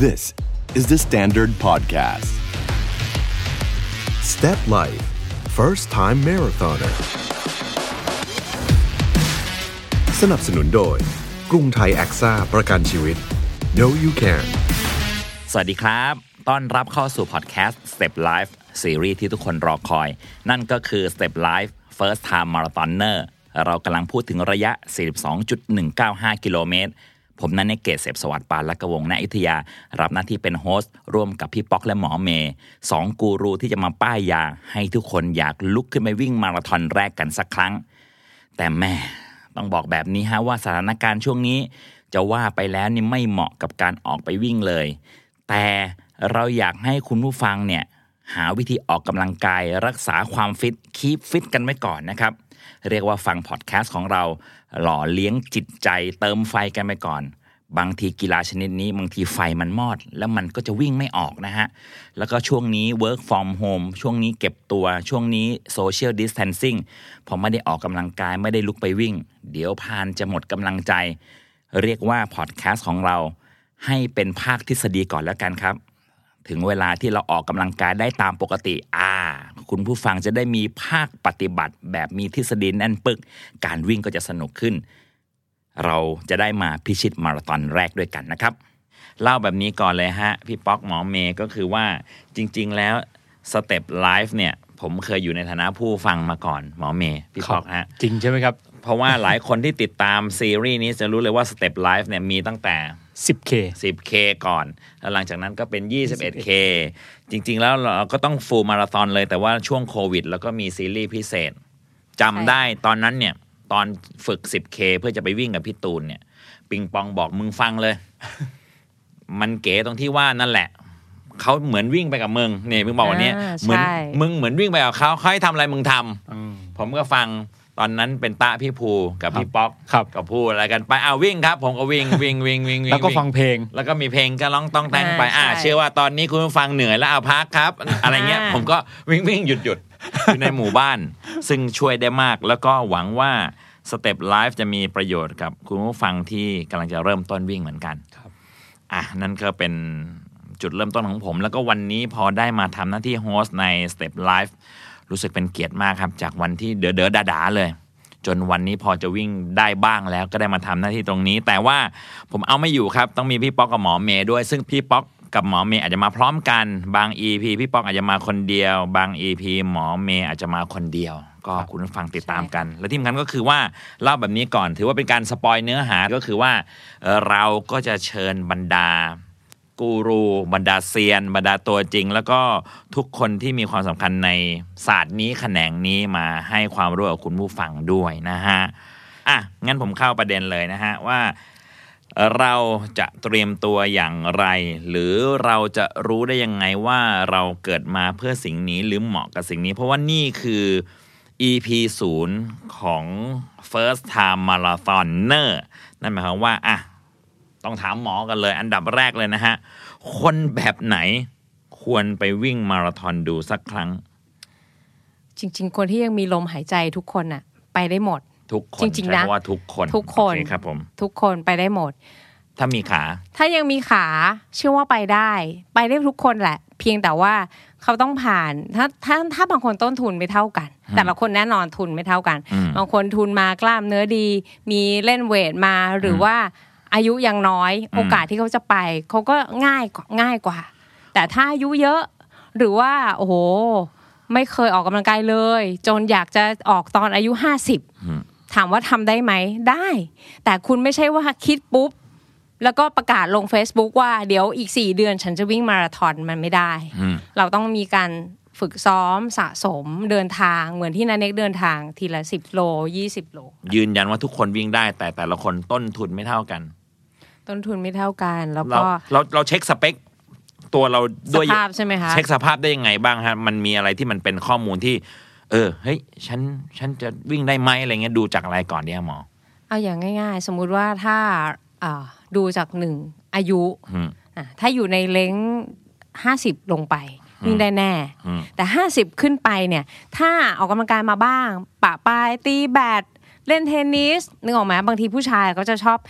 This is the Standard Podcast. Step Life First Time Marathoner สนับสนุนโดยกรุงไทยแอ็กซ่าประกันชีวิต No You Can สวัสดีครับต้อนรับเข้าสู่พอดแคสต์ Step Life ซีรีส์ที่ทุกคนรอคอยนั่นก็คือ Step Life First Time Marathoner เรากำลังพูดถึงระยะ 42.195 กิโลเมตรผมนันเนเกตเสพสวัสดิ์ปานและกวงณอยุธยารับหน้าที่เป็นโฮสต์ร่วมกับพี่ป๊อกและหมอเมย์2กูรูที่จะมาป้ายยาให้ทุกคนอยากลุกขึ้นไปวิ่งมาราธอนแรกกันสักครั้งแต่แม่ต้องบอกแบบนี้ฮะว่าสถานการณ์ช่วงนี้จะว่าไปแล้วนี่ไม่เหมาะกับการออกไปวิ่งเลยแต่เราอยากให้คุณผู้ฟังเนี่ยหาวิธีออกกำลังกายรักษาความฟิตคีปฟิตกันไว้ก่อนนะครับเรียกว่าฟังพอดแคสต์ของเราหล่อเลี้ยงจิตใจเติมไฟกันไปก่อนบางทีกีฬาชนิดนี้บางทีไฟมันมอดแล้วมันก็จะวิ่งไม่ออกนะฮะแล้วก็ช่วงนี้ work from home ช่วงนี้เก็บตัวช่วงนี้ social distancing พอไม่ได้ออกกำลังกายไม่ได้ลุกไปวิ่งเดี๋ยวพานจะหมดกำลังใจเรียกว่าพอดแคสต์ของเราให้เป็นภาคทฤษฎีก่อนแล้วกันครับถึงเวลาที่เราออกกำลังกายได้ตามปกติคุณผู้ฟังจะได้มีภาคปฏิบัติแบบมีทฤษฎีแน่นปึกการวิ่งก็จะสนุกขึ้นเราจะได้มาพิชิตมาราธอนแรกด้วยกันนะครับเล่าแบบนี้ก่อนเลยฮะพี่ป๊อกหมอเมย์ก็คือว่าจริงๆแล้วสเต็ปไลฟ์เนี่ยผมเคยอยู่ในฐานะผู้ฟังมาก่อนหมอเมย์พี่ป๊อกฮะจริงใช่ไหมครับเพราะว่าหลายคนที่ติดตามซีรีส์นี้จะรู้เลยว่าสเต็ปไลฟ์เนี่ยมีตั้งแต่ 10K ก่อนแล้วหลังจากนั้นก็เป็น 21K จริงๆแล้วเราก็ต้องฟูลมาราธอนเลยแต่ว่าช่วงโควิดแล้วก็มีซีรีส์พิเศษจำได้ตอนนั้นเนี่ยตอนฝึก 10K เพื่อจะไปวิ่งกับพี่ตูนเนี่ยปิงปองบอกมึงฟังเลย มันเก๋ตรงที่ว่านั่นแหละเขาเหมือนวิ่งไปกับมึงเนี่ยปิงบอกวันนี้เหมือนมึงเหมือนวิ่งไปกับเขาให้ทำอะไรมึงทำผมก็ฟังตอนนั้นเป็นตาพี่ภูกับพี่ป๊อกกับพูดอะไรกันไปวิ่งครับผมก็วิ่งแล้วก็ฟังเพลงแล้วก็มีเพลงก็ร้องต้องแต่งไปเชื่อว่าตอนนี้คุณฟังเหนื่อยแล้วเอาพักครับอะไรเงี้ยผมก็วิ่งหยุดอยู่ในหมู่บ้านซึ่งช่วยได้มากแล้วก็หวังว่าสเต็ปไลฟ์จะมีประโยชน์กับคุณผู้ฟังที่กำลังจะเริ่มต้นวิ่งเหมือนกันนั่นก็เป็นจุดเริ่มต้นของผมแล้วก็วันนี้พอได้มาทำหน้าที่โฮสต์ใน Step Life รู้สึกเป็นเกียรติมากครับจากวันที่เด๋อๆด่าๆเลยจนวันนี้พอจะวิ่งได้บ้างแล้วก็ได้มาทำหน้าที่ตรงนี้แต่ว่าผมเอาไม่อยู่ครับต้องมีพี่ป๊อกกับหมอเมย์ด้วยซึ่งพี่ป๊อกกับหมอเมย์อาจจะมาพร้อมกันบาง EP พี่ป๊อกอาจจะมาคนเดียวบาง EP หมอเมย์อาจจะมาคนเดียวก็คุณผู้ฟังติดตามกันและที่สำคัญก็คือว่าเล่าแบบนี้ก่อนถือว่าเป็นการสปอยเนื้อหาก็คือว่าเราก็จะเชิญบรรดากูรูบรรดาเซียนบรรดาตัวจริงแล้วก็ทุกคนที่มีความสำคัญในศาสตร์นี้แขนงนี้มาให้ความรู้กับคุณผู้ฟังด้วยนะฮะงั้นผมเข้าประเด็นเลยนะฮะว่าเราจะเตรียมตัวอย่างไรหรือเราจะรู้ได้ยังไงว่าเราเกิดมาเพื่อสิ่งนี้หรือเหมาะกับสิ่งนี้เพราะว่านี่คือ EP 0ของ First Time Marathoner นั่นหมายความว่าต้องถามหมอกันเลยอันดับแรกเลยนะฮะคนแบบไหนควรไปวิ่งมาราธอนดูสักครั้งจริงๆคนที่ยังมีลมหายใจทุกคนน่ะไปได้หมดทุกคนจริงๆนะเพราะว่าทุกคนครับผมทุกคนไปได้หมดถ้ามีขาถ้ายังมีขาเชื่อว่าไปได้ทุกคนแหละเพียงแต่ว่าเขาต้องผ่านถ้าบางคนต้นทุนไม่เท่ากันแต่ละคนแน่นอนทุนไม่เท่ากันบางคนทุนมากล้ามเนื้อดีมีเล่นเวทมาหรือว่าอายุยังน้อยโอกาสที่เขาจะไปเขาก็ง่ายกว่าแต่ถ้าอายุเยอะหรือว่าโอ้โหไม่เคยออกกำลังกายเลยจนอยากจะออกตอนอายุ50ถามว่าทำได้ไหมได้แต่คุณไม่ใช่ว่าคิดปุ๊บแล้วก็ประกาศลง Facebook ว่าเดี๋ยวอีก4เดือนฉันจะวิ่งมาราธอนมันไม่ได้เราต้องมีการฝึกซ้อมสะสมเดินทางเหมือนที่นาเน็กเดินทางทีละ10โล20โลยืนยันว่าทุกคนวิ่งได้แต่ละคนต้นทุนไม่เท่ากันต้นทุนไม่เท่ากันแล้วก็เราเช็คสเปคตัวเราด้วยสภาพใช่ไหมคะเช็คสภาพได้ยังไงบ้างฮะมันมีอะไรที่มันเป็นข้อมูลที่เฮ้ยฉันจะวิ่งได้ไหมอะไรเงี้ยดูจากอะไรก่อนดีหมอเอาอย่างง่ายๆสมมุติว่าถ้าดูจาก1อายุถ้าอยู่ในเล้ง50ลงไปวิ่งได้แน่แต่50ขึ้นไปเนี่ยถ้าออกกำลังกายมาบ้างปะปายตีแบดเล่นเทนนิสนึกออกไหมบางทีผู้ชายเขาจะชอบ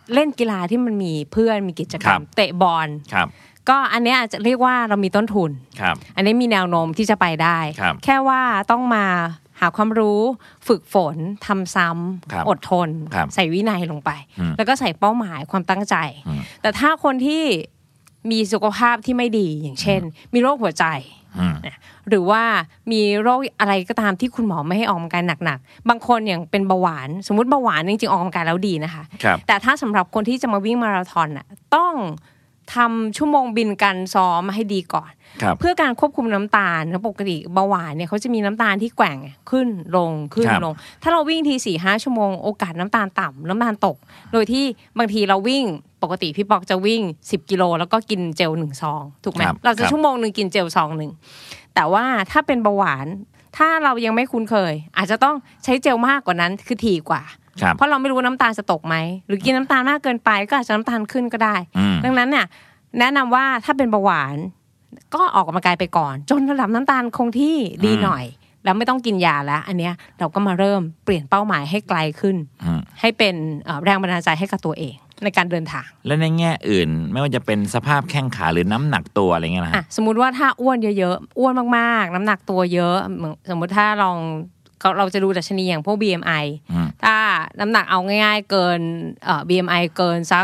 เล่นกีฬาที่มันมีเพื่อนมีกิจกรรมเตะบอลก็อันนี้อาจจะเรียกว่าเรามีต้นทุนอันนี้มีแนวโน้มที่จะไปได้แค่ว่าต้องมาหาความรู้ฝึกฝนทำซ้ำอดทนใส่วินัยลงไปแล้วก็ใส่เป้าหมายความตั้งใจแต่ถ้าคนที่มีสุขภาพที่ไม่ดีอย่างเช่นมีโรคหัวใจหรือว่ามีโรคอะไรก็ตามที่คุณหมอไม่ให้ออกกำลังกายหนักๆบางคนอย่างเป็นเบาหวานสมมุติเบาหวานจริงๆออกกำลังกายแล้วดีนะคะแต่ถ้าสำหรับคนที่จะมาวิ่งมาราธอนน่ะต้องทำชั่วโมงบินการซ้อมให้ดีก่อนเพื่อการควบคุมน้ำตาลปกติเบาหวานเนี่ยเขาจะมีน้ำตาลที่แกว่งขึ้นลงขึ้นลงถ้าเราวิ่งที 4-5 ชั่วโมงโอกาสน้ำตาลต่ำน้ำตาลตกโดยที่บางทีเราวิ่งปกติพี่ปอกจะวิ่ง10กิโลแล้วก็กินเจล1ซองถูกไหมเราจะชั่วโมงนึงกินเจลซองนึงแต่ว่าถ้าเป็นเบาหวานถ้าเรายังไม่คุ้นเคยอาจจะต้องใช้เจลมากกว่านั้นคือถี่กว่าเพราะเราไม่รู้น้ำตาลจะตกไหมหรือกินน้ำตาลมากเกินไปก็อาจจะน้ำตาลขึ้นก็ได้ดังนั้นเนี่ยแนะนำว่าถ้าเป็นเบาหวานก็ออกกำลังกายไปก่อนจนระดับน้ำตาลคงที่ดีหน่อยแล้วไม่ต้องกินยาแล้วอันเนี้ยเราก็มาเริ่มเปลี่ยนเป้าหมายให้ไกลขึ้นให้เป็นแรงบันดาลใจให้กับตัวเองในการเดินทางและในแง่อื่นไม่ว่าจะเป็นสภาพแข้งขาหรือน้ำหนักตัวอะไรเงี้ยนะสมมุติว่าถ้าอ้วนเยอะๆอ้วนมากๆน้ำหนักตัวเยอะสมมุติถ้าเราจะดูดัชนีอย่างพวก BMI ถ้าน้ำหนักเอาง่ายๆเกินBMI เกินสัก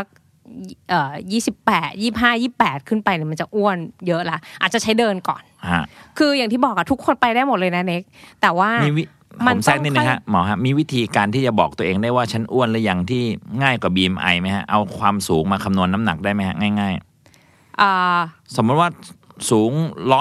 28 25 28ขึ้นไปเนี่ยมันจะอ้วนเยอะละอาจจะใช้เดินก่อนคืออย่างที่บอกอะทุกคนไปได้หมดเลยนะเน็กแต่ว่าผมแทรกนิดนึงฮะหมอฮะมีวิธีการที่จะบอกตัวเองได้ว่าฉันอ้วนหรือยังที่ง่ายกว่า BMI ไหมฮะเอาความสูงมาคำนวณน้ำหนักได้ไหมฮะง่ายๆสมมติว่าสูง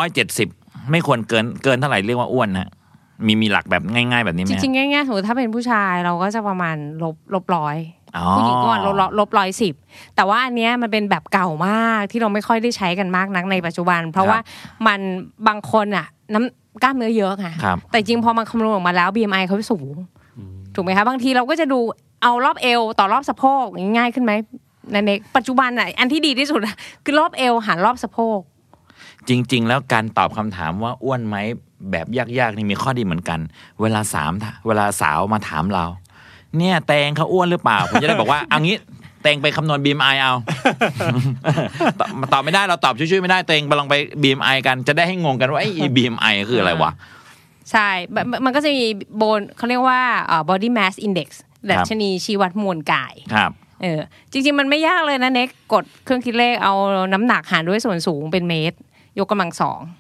170ไม่ควรเกินเท่าไหร่เรียกว่าอ้วนฮะมีหลักแบบง่ายๆแบบนี้ไหมจริงๆง่ายๆสมมติถ้าเป็นผู้ชายเราก็จะประมาณลบ100ผู้หญิงก็ลบ110แต่ว่าอันเนี้ยมันเป็นแบบเก่ามากที่เราไม่ค่อยได้ใช้กันมากนักในปัจจุบันเพราะว่ามันบางคนอ่ะน้ำกล้ามเนื้อเยอะค่ะแต่จริงพอมันคำนวณออกมาแล้ว BMI เขาสูงถูกไหมคะบางทีเราก็จะดูเอารอบเอวต่อรอบสะโพกง่ายขึ้นไหมในปัจจุบันอ่ะอันที่ดีที่สุดคือรอบเอวหารรอบสะโพกจริงๆแล้วการตอบคำถามว่าอ้วนไหมแบบยากๆนี่มีข้อดีเหมือนกันเวลาสาวมาถามเราเนี่ยแตงเขาอ้วนหรือเปล่าผมจะได้บอกว่าเอางี้แตงไปคำนวณ BMI เอา ตอบไม่ได้เราตอบช่วยๆไม่ได้แตงไปลองไป BMI กันจะได้ให้งงกันว่าไอ้ BMI คืออะไรวะใช่มันก็จะมีเขาเรียกว่าbody mass index ดัชนีชี้วัดมวลกายครับจริงๆมันไม่ยากเลยนะเน็กกดเครื่องคิดเลขเอาน้ำหนักหารด้วยส่วนสูงเป็นเมตรยกกำลัง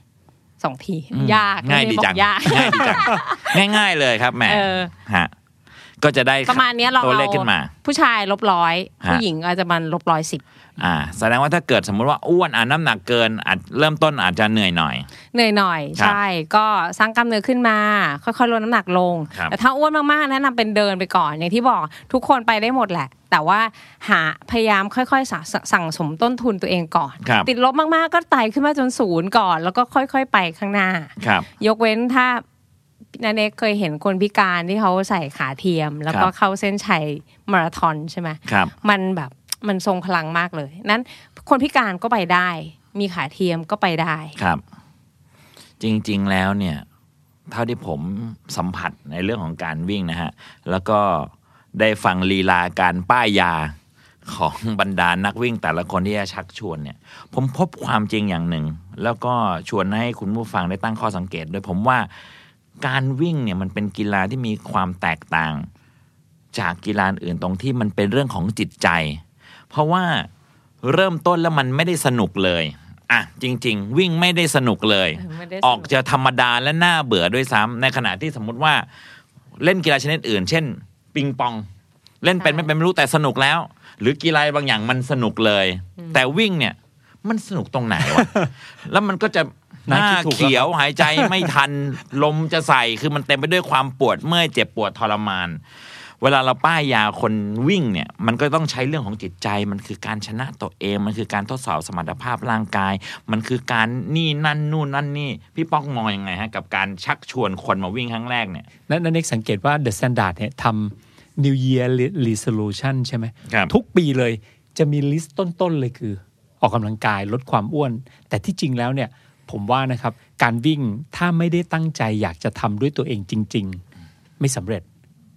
2ทียากง่ายดีจังง่ายดีจังง่ายๆเลยครับแหมฮะก็จะได้ประมาณนี้เราตัวเลขขึ้นมาผู้ชาย100ผู้หญิงอาจจะมัน 110แสดงว่าถ้าเกิดสมมติว่าอ้วนน้ำหนักเกินอาจเริ่มต้นอาจจะเหนื่อยหน่อยใช่ก็สร้างกล้ามเนื้อขึ้นมาค่อยๆลดน้ำหนักลงแต่ถ้าอ้วนมากๆแนะนำเป็นเดินไปก่อนอย่างที่บอกทุกคนไปได้หมดแหละแต่ว่าพยายามค่อยๆสั่งสมต้นทุนตัวเองก่อนติดลบมากๆก็ไต่ขึ้นมาจน0ก่อนแล้วก็ค่อยๆไปข้างหน้ายกเว้นถ้านันเอกเคยเห็นคนพิการที่เขาใส่ขาเทียมแล้วก็เข้าเส้นชัยมาราธอนใช่ไหมมันแบบมันทรงพลังมากเลยนั้นคนพิการก็ไปได้มีขาเทียมก็ไปได้ครับจริงๆแล้วเนี่ยเท่าที่ผมสัมผัสในเรื่องของการวิ่งนะฮะแล้วก็ได้ฟังลีลาการป้ายยาของบรรดานักวิ่งแต่ละคนที่จะชักชวนเนี่ยผมพบความจริงอย่างหนึ่งแล้วก็ชวนให้คุณผู้ฟังได้ตั้งข้อสังเกตด้วยผมว่าการวิ่งเนี่ยมันเป็นกีฬาที่มีความแตกต่างจากกีฬาอื่นตรงที่มันเป็นเรื่องของจิตใจเพราะว่าเริ่มต้นแล้วมันไม่ได้สนุกเลยจริงๆวิ่งไม่ได้สนุกเลยออกจะธรรมดาและน่าเบื่อด้วยซ้ำในขณะที่สมมุติว่าเล่นกีฬาชนิดอื่นเช่นปิงปองเล่นเป็นไม่เป็นไม่รู้แต่สนุกแล้วหรือกีฬาบางอย่างมันสนุกเลยแต่วิ่งเนี่ยมันสนุกตรงไหนวะ แล้วมันก็จะหน้าเขียวหายใจไม่ทันลมจะใส่คือมันเต็มไปด้วยความปวดเมื่อยเจ็บปวดทรมานเวลาเราป้ายยาคนวิ่งเนี่ยมันก็ต้องใช้เรื่องของจิตใจมันคือการชนะตัวเองมันคือการทดสอบสมรรถภาพร่างกายมันคือการนี่นั่นนู่นนั่นนี่พี่ป๊อกมองยังไงฮะกับการชักชวนคนมาวิ่งครั้งแรกเนี่ยนั่นเอกสังเกตว่า The Standard เนี่ยทำ New Year Resolution ใช่ไหมทุกปีเลยจะมีลิสต์ต้นๆเลยคือออกกำลังกายลดความอ้วนแต่ที่จริงแล้วเนี่ยผมว่านะครับการวิ่งถ้าไม่ได้ตั้งใจอยากจะทำด้วยตัวเองจริงๆไม่สำเร็จ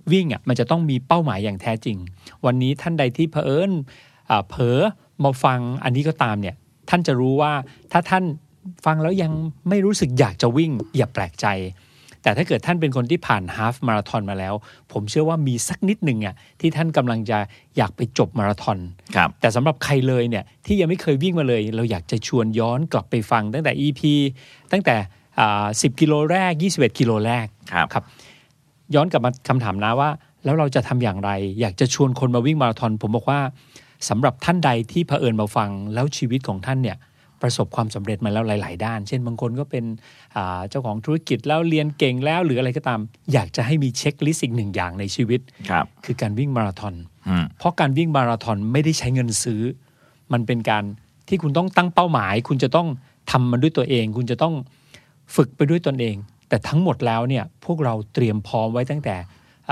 วิ่งอ่ะมันจะต้องมีเป้าหมายอย่างแท้จริงวันนี้ท่านใดที่เผลอมาฟังอันนี้ก็ตามเนี่ยท่านจะรู้ว่าถ้าท่านฟังแล้วยังไม่รู้สึกอยากจะวิ่งอย่าแปลกใจแต่ถ้าเกิดท่านเป็นคนที่ผ่านฮาล์ฟมาราธอนมาแล้วผมเชื่อว่ามีสักนิดหนึ่งอ่ะที่ท่านกำลังจะอยากไปจบมาราธอนแต่สำหรับใครเลยเนี่ยที่ยังไม่เคยวิ่งมาเลยเราอยากจะชวนย้อนกลับไปฟังตั้งแต่ EP ตั้งแต่10 กิโลแรก21 กิโลแรกครับย้อนกลับมาคำถามนะว่าแล้วเราจะทำอย่างไรอยากจะชวนคนมาวิ่งมาราธอนผมบอกว่าสำหรับท่านใดที่เผอิญมาฟังแล้วชีวิตของท่านเนี่ยประสบความสำเร็จมาแล้วหลายๆด้านเช่นบางคนก็เป็นเจ้าของธุรกิจแล้วเรียนเก่งแล้วหรืออะไรก็ตามอยากจะให้มีเช็คลิสต์อีกหนึ่งอย่างในชีวิตคือการวิ่งมาราธอนเพราะการวิ่งมาราธอนไม่ได้ใช้เงินซื้อมันเป็นการที่คุณต้องตั้งเป้าหมายคุณจะต้องทำมันด้วยตัวเองคุณจะต้องฝึกไปด้วยตนเองแต่ทั้งหมดแล้วเนี่ยพวกเราเตรียมพร้อมไว้ตั้งแต่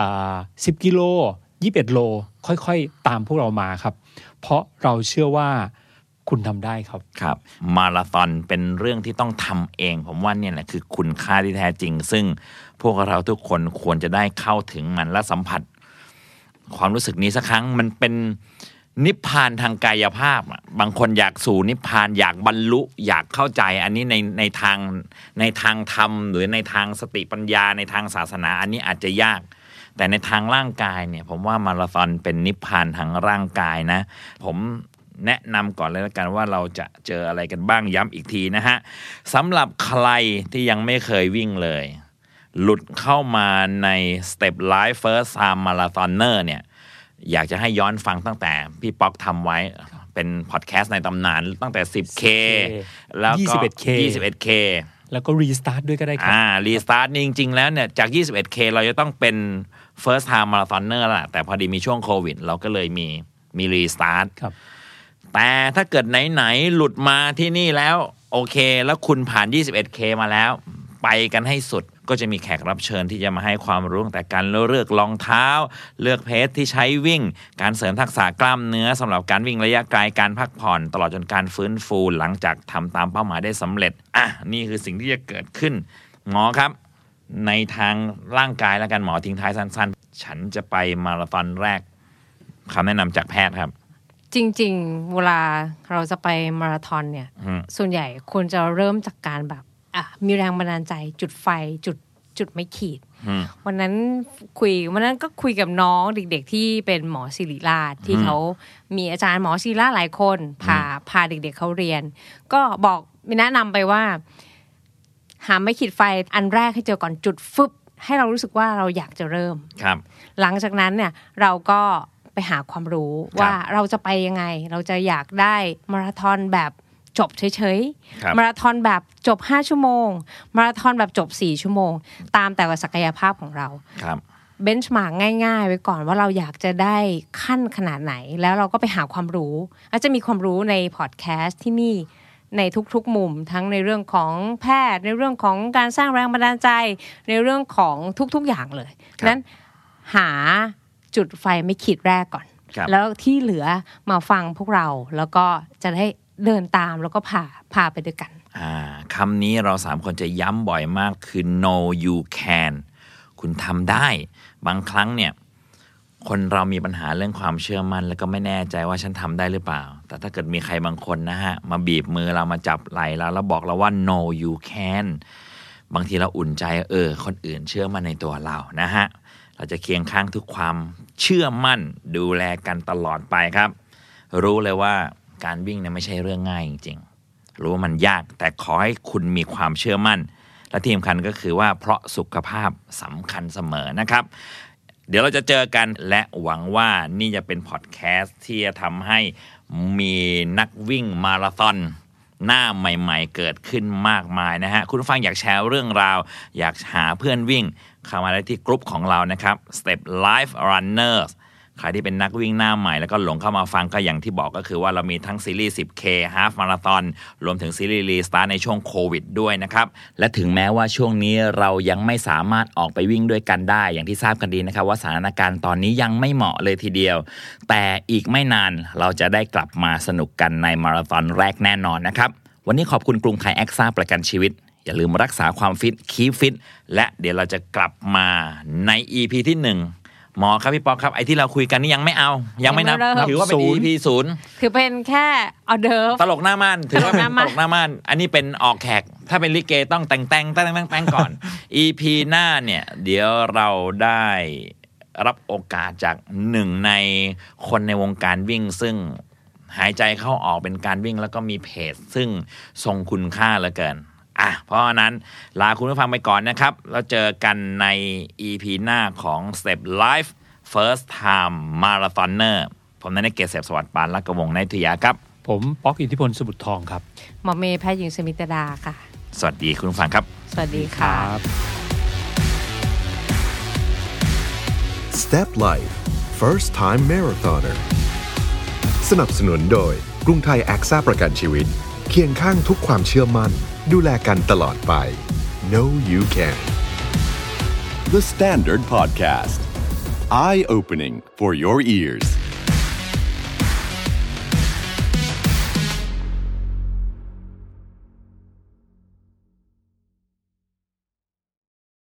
10 กิโล21 โลค่อยๆตามพวกเรามาครับเพราะเราเชื่อว่าคุณทำได้ครับมาราธอนเป็นเรื่องที่ต้องทำเองผมว่าเนี่ยแหละคือคุณค่าที่แท้จริงซึ่งพวกเราทุกคนควรจะได้เข้าถึงมันและสัมผัสความรู้สึกนี้สักครั้งมันเป็นนิพพานทางกายภาพบางคนอยากสู่นิพพานอยากบรรลุอยากเข้าใจอันนี้ในทางธรรมหรือในทางสติปัญญาในทางศาสนาอันนี้อาจจะยากแต่ในทางร่างกายเนี่ยผมว่ามาราธอนเป็นนิพพานทางร่างกายนะผมแนะนำก่อนเลยแล้วกันว่าเราจะเจออะไรกันบ้างย้ำอีกทีนะฮะสำหรับใครที่ยังไม่เคยวิ่งเลยหลุดเข้ามาใน Step Life First Time Marathoner เนี่ยอยากจะให้ย้อนฟังตั้งแต่พี่ป๊อกทำไว้เป็นพอดแคสต์ในตำนานตั้งแต่ 10K แล้วก็ 21K แล้วก็รีสตาร์ทด้วยก็ได้ครับรีสตาร์ทจริงๆแล้วเนี่ยจาก 21K เราจะต้องเป็น First Time Marathoner แหละแต่พอดีมีช่วงโควิดเราก็เลยมีรีสตาร์ทแต่ถ้าเกิดไหนๆหลุดมาที่นี่แล้วโอเคแล้วคุณผ่าน 21K มาแล้วไปกันให้สุดก็จะมีแขกรับเชิญที่จะมาให้ความรู้ตั้งแต่การเลือกรองเท้าเลือกเพจที่ใช้วิ่งการเสริมทักษะกล้ามเนื้อสำหรับการวิ่งระยะไกลการพักผ่อนตลอดจนการฟื้นฟูหลังจากทำตามเป้าหมายได้สำเร็จนี่คือสิ่งที่จะเกิดขึ้นหมอครับในทางร่างกายแล้วกันหมอทิ้งท้ายสั้นๆฉันจะไปมาราธอนแรกคำแนะนำจากแพทย์ครับจริงๆเวลาเราจะไปมาราธอนเนี่ยส่วนใหญ่ควรจะเริ่มจากการแบบมีแรงบันดาลใจจุดไฟจุดไม่ขีดวันนั้นก็คุยกับน้องเด็กๆที่เป็นหมอศิริราชที่เขามีอาจารย์หมอศิริราชหลายคนพาเด็กๆเขาเรียนก็บอกมีแนะนำไปว่าหาไม่ขีดไฟอันแรกให้เจอก่อนจุดฟึบให้เรารู้สึกว่าเราอยากจะเริ่มหลังจากนั้นเนี่ยเราก็ไปหาความรู้ว่าเราจะไปยังไงเราจะอยากได้มาราธอนแบบจบเฉยๆมาราธอนแบบจบ5ชั่วโมงมาราธอนแบบจบ4ชั่วโมงตามแต่ว่าศักยภาพของเราเบนช์มาร์กง่ายๆไว้ก่อนว่าเราอยากจะได้ขั้นขนาดไหนแล้วเราก็ไปหาความรู้อาจจะมีความรู้ในพอดแคสต์ที่นี่ในทุกๆมุมทั้งในเรื่องของแพทย์ในเรื่องของการสร้างแรงบันดาลใจในเรื่องของทุกๆอย่างเลยนั้นหาจุดไฟไม่ขีดแรกก่อนแล้วที่เหลือมาฟังพวกเราแล้วก็จะได้เดินตามแล้วก็พาไปด้วยกันคำนี้เรา3คนจะย้ำบ่อยมากคือ no you can คุณทำได้บางครั้งเนี่ยคนเรามีปัญหาเรื่องความเชื่อมั่นแล้วก็ไม่แน่ใจว่าฉันทำได้หรือเปล่าแต่ถ้าเกิดมีใครบางคนนะฮะมาบีบมือเรามาจับไหล่เราแล้วบอกเราว่า no you can บางทีเราอุ่นใจคนอื่นเชื่อมั่นในตัวเรานะฮะเราจะเคียงข้างทุกความเชื่อมั่นดูแลกันตลอดไปครับรู้เลยว่าการวิ่งเนี่ยไม่ใช่เรื่องง่ายจริงๆรู้ว่ามันยากแต่ขอให้คุณมีความเชื่อมั่นและที่สำคัญก็คือว่าเพราะสุขภาพสำคัญเสมอนะครับเดี๋ยวเราจะเจอกันและหวังว่านี่จะเป็นพอดแคสต์ที่จะทำให้มีนักวิ่งมาราธอนหน้าใหม่ๆเกิดขึ้นมากมายนะฮะคุณผู้ฟังอยากแชร์เรื่องราวอยากหาเพื่อนวิ่งเข้ามาได้ที่กลุ่มของเรานะครับ Step Life Runners ใครที่เป็นนักวิ่งหน้าใหม่แล้วก็หลงเข้ามาฟังก็อย่างที่บอกก็คือว่าเรามีทั้งซีรีส์ 10K Half Marathon รวมถึงซีรีส์รีสตาร์ทในช่วงโควิดด้วยนะครับและถึงแม้ว่าช่วงนี้เรายังไม่สามารถออกไปวิ่งด้วยกันได้อย่างที่ทราบกันดีนะครับว่าสถานการณ์ตอนนี้ยังไม่เหมาะเลยทีเดียวแต่อีกไม่นานเราจะได้กลับมาสนุกกันในมาราธอนแรกแน่นอนนะครับวันนี้ขอบคุณกรุงไทยแอ็กซ่าประกันชีวิตอย่าลืมรักษาความฟิตคีปฟิตและเดี๋ยวเราจะกลับมาใน EP ที่1 หมอครับพี่ป๊อกครับไอ้ที่เราคุยกันนี่ยังไม่เอายังไม่นับถือว่าเป็น EP 0 ถือเป็นแค่ออเดิร์ฟตลกหน้าม่านถือว่าเป็นตลกหน้าม่านอันนี้เป็นออกแขกถ้าเป็นลิเกต้องแต่งก่อน EP หน้าเนี่ยเดี๋ยวเราได้รับโอกาสจากหนึ่งในคนในวงการวิ่งซึ่งหายใจเข้าออกเป็นการวิ่งแล้วก็มีเพจซึ่งทรงคุณค่าเหลือเกินเพราะฉะนั้นลาคุณผู้ฟังไปก่อนนะครับแล้วเจอกันใน EP หน้าของ Step Life First Time Marathoner ผมนายเกษตรสวัสดิ์ปานลักกวงศ์นายทุยาครับผมป๊อกอิทธิพลสมุทรทองครับหมอเมย์แพทย์หญิงสมิตดาค่ะสวัสดีคุณผู้ฟังครับสวัสดีค่ะ Step Life First Time Marathoner สนับสนุนโดยกรุงไทยแอคซ่าประกันชีวิตเคียงข้างทุกความเชื่อมั่นดูแลกันตลอดไป Know You Can The Standard Podcast Eye Opening for Your Ears